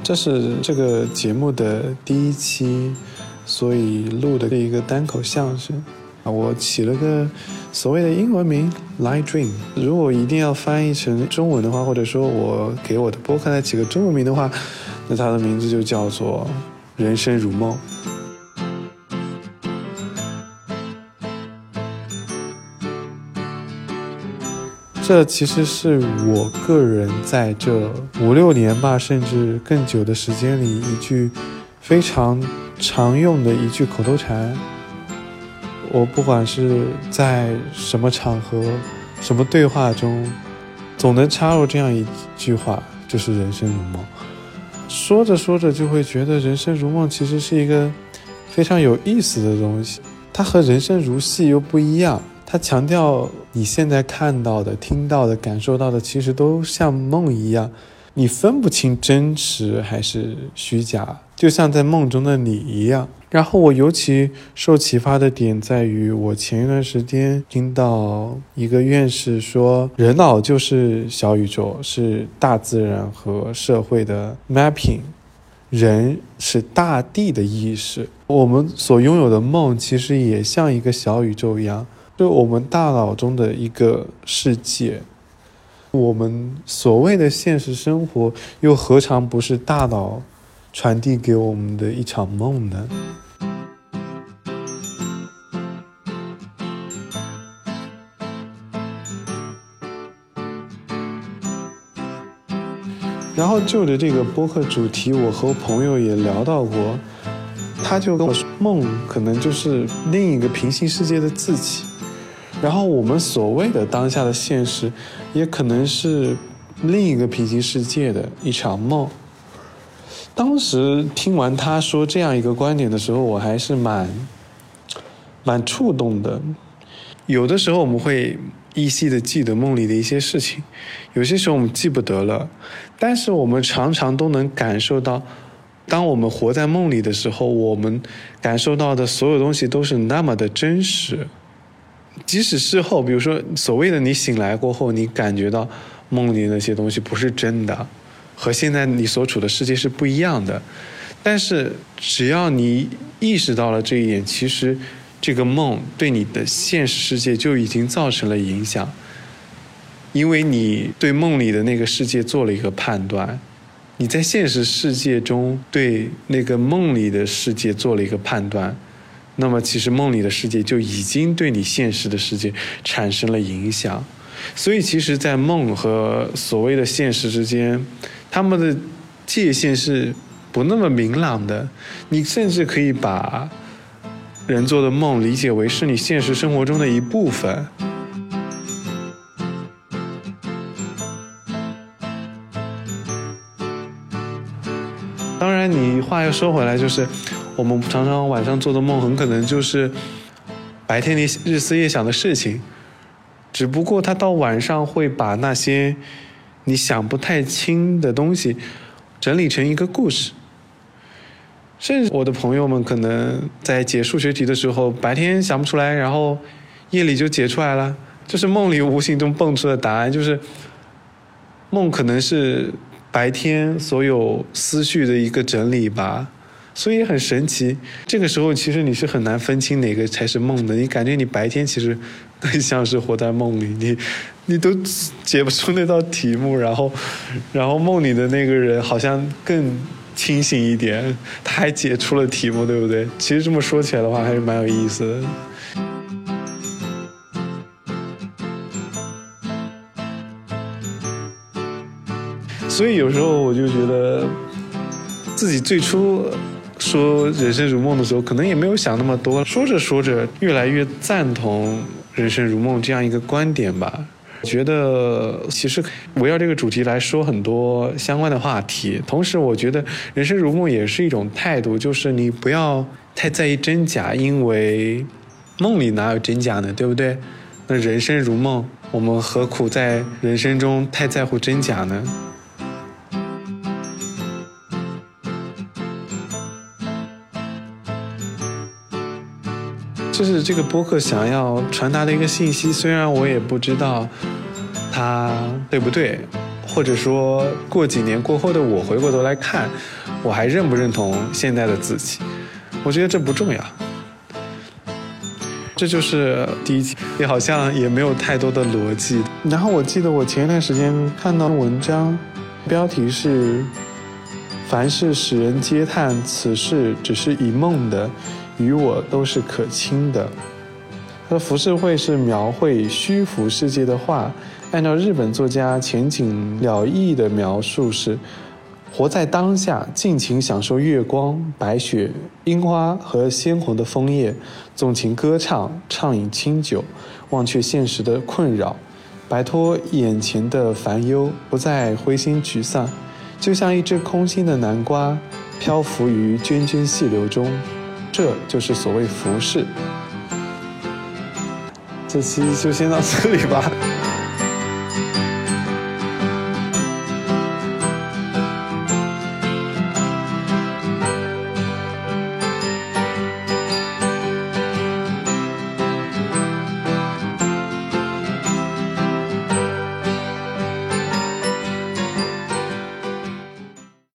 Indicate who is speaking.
Speaker 1: 这是这个节目的第一期，所以录的一个单口相声。我起了个所谓的英文名 Light Dream， 如果一定要翻译成中文的话，或者说我给我的播客来起个中文名的话，那它的名字就叫做人生如梦。这其实是我个人在这5-6年吧，甚至更久的时间里，一句非常常用的一句口头禅。我不管是在什么场合、什么对话中，总能插入这样一句话，就是人生如梦。说着说着就会觉得人生如梦其实是一个非常有意思的东西，它和人生如戏又不一样。他强调你现在看到的、听到的、感受到的其实都像梦一样，你分不清真实还是虚假，就像在梦中的你一样。然后我尤其受启发的点在于，我前一段时间听到一个院士说，人脑就是小宇宙，是大自然和社会的 mapping， 人是大地的意识。我们所拥有的梦其实也像一个小宇宙一样，是我们大脑中的一个世界。我们所谓的现实生活又何尝不是大脑传递给我们的一场梦呢？然后就着这个播客主题，我和朋友也聊到过，他就跟我说，梦可能就是另一个平行世界的自己，然后我们所谓的当下的现实也可能是另一个平行世界的一场梦。当时听完他说这样一个观点的时候，我还是蛮触动的。有的时候我们会依稀的记得梦里的一些事情，有些时候我们记不得了，但是我们常常都能感受到，当我们活在梦里的时候，我们感受到的所有东西都是那么的真实。即使事后，比如说所谓的你醒来过后，你感觉到梦里那些东西不是真的，和现在你所处的世界是不一样的，但是只要你意识到了这一点，其实这个梦对你的现实世界就已经造成了影响，因为你对梦里的那个世界做了一个判断，你在现实世界中对那个梦里的世界做了一个判断，那么其实梦里的世界就已经对你现实的世界产生了影响。所以其实在梦和所谓的现实之间，他们的界限是不那么明朗的。你甚至可以把人做的梦理解为是你现实生活中的一部分。当然你话又说回来，就是我们常常晚上做的梦很可能就是白天你日思夜想的事情，只不过他到晚上会把那些你想不太清的东西整理成一个故事。甚至我的朋友们可能在解数学题的时候，白天想不出来，然后夜里就解出来了，就是梦里无形中蹦出的答案，就是梦可能是白天所有思绪的一个整理吧。所以很神奇，这个时候其实你是很难分清哪个才是梦的，你感觉你白天其实更像是活在梦里，你都解不出那道题目，然后梦里的那个人好像更清醒一点，他还解出了题目，对不对？其实这么说起来的话还是蛮有意思的。所以有时候我就觉得自己最初说人生如梦的时候，可能也没有想那么多，说着说着越来越赞同人生如梦这样一个观点吧。觉得其实围绕这个主题来说很多相关的话题，同时我觉得人生如梦也是一种态度，就是你不要太在意真假，因为梦里哪有真假呢，对不对？那人生如梦，我们何苦在人生中太在乎真假呢？这是这个播客想要传达的一个信息，虽然我也不知道它对不对， 或者说过几年过后的我回过头来看，我还认不认同现在的自己，我觉得这不重要。这就是第一题，也好像也没有太多的逻辑。然后我记得我前一段时间看到文章，标题是凡是使人嗟叹此事只是一梦的，与我都是可亲的。它的浮世绘是描绘虚浮世界的画，按照日本作家浅井了义的描述是活在当下，尽情享受月光、白雪、樱花和鲜红的枫叶，纵情歌唱，畅饮清酒，忘却现实的困扰，摆脱眼前的烦忧，不再灰心沮丧，就像一只空心的南瓜，漂浮于涓涓细流中。这就是所谓浮世。这期就先到这里吧。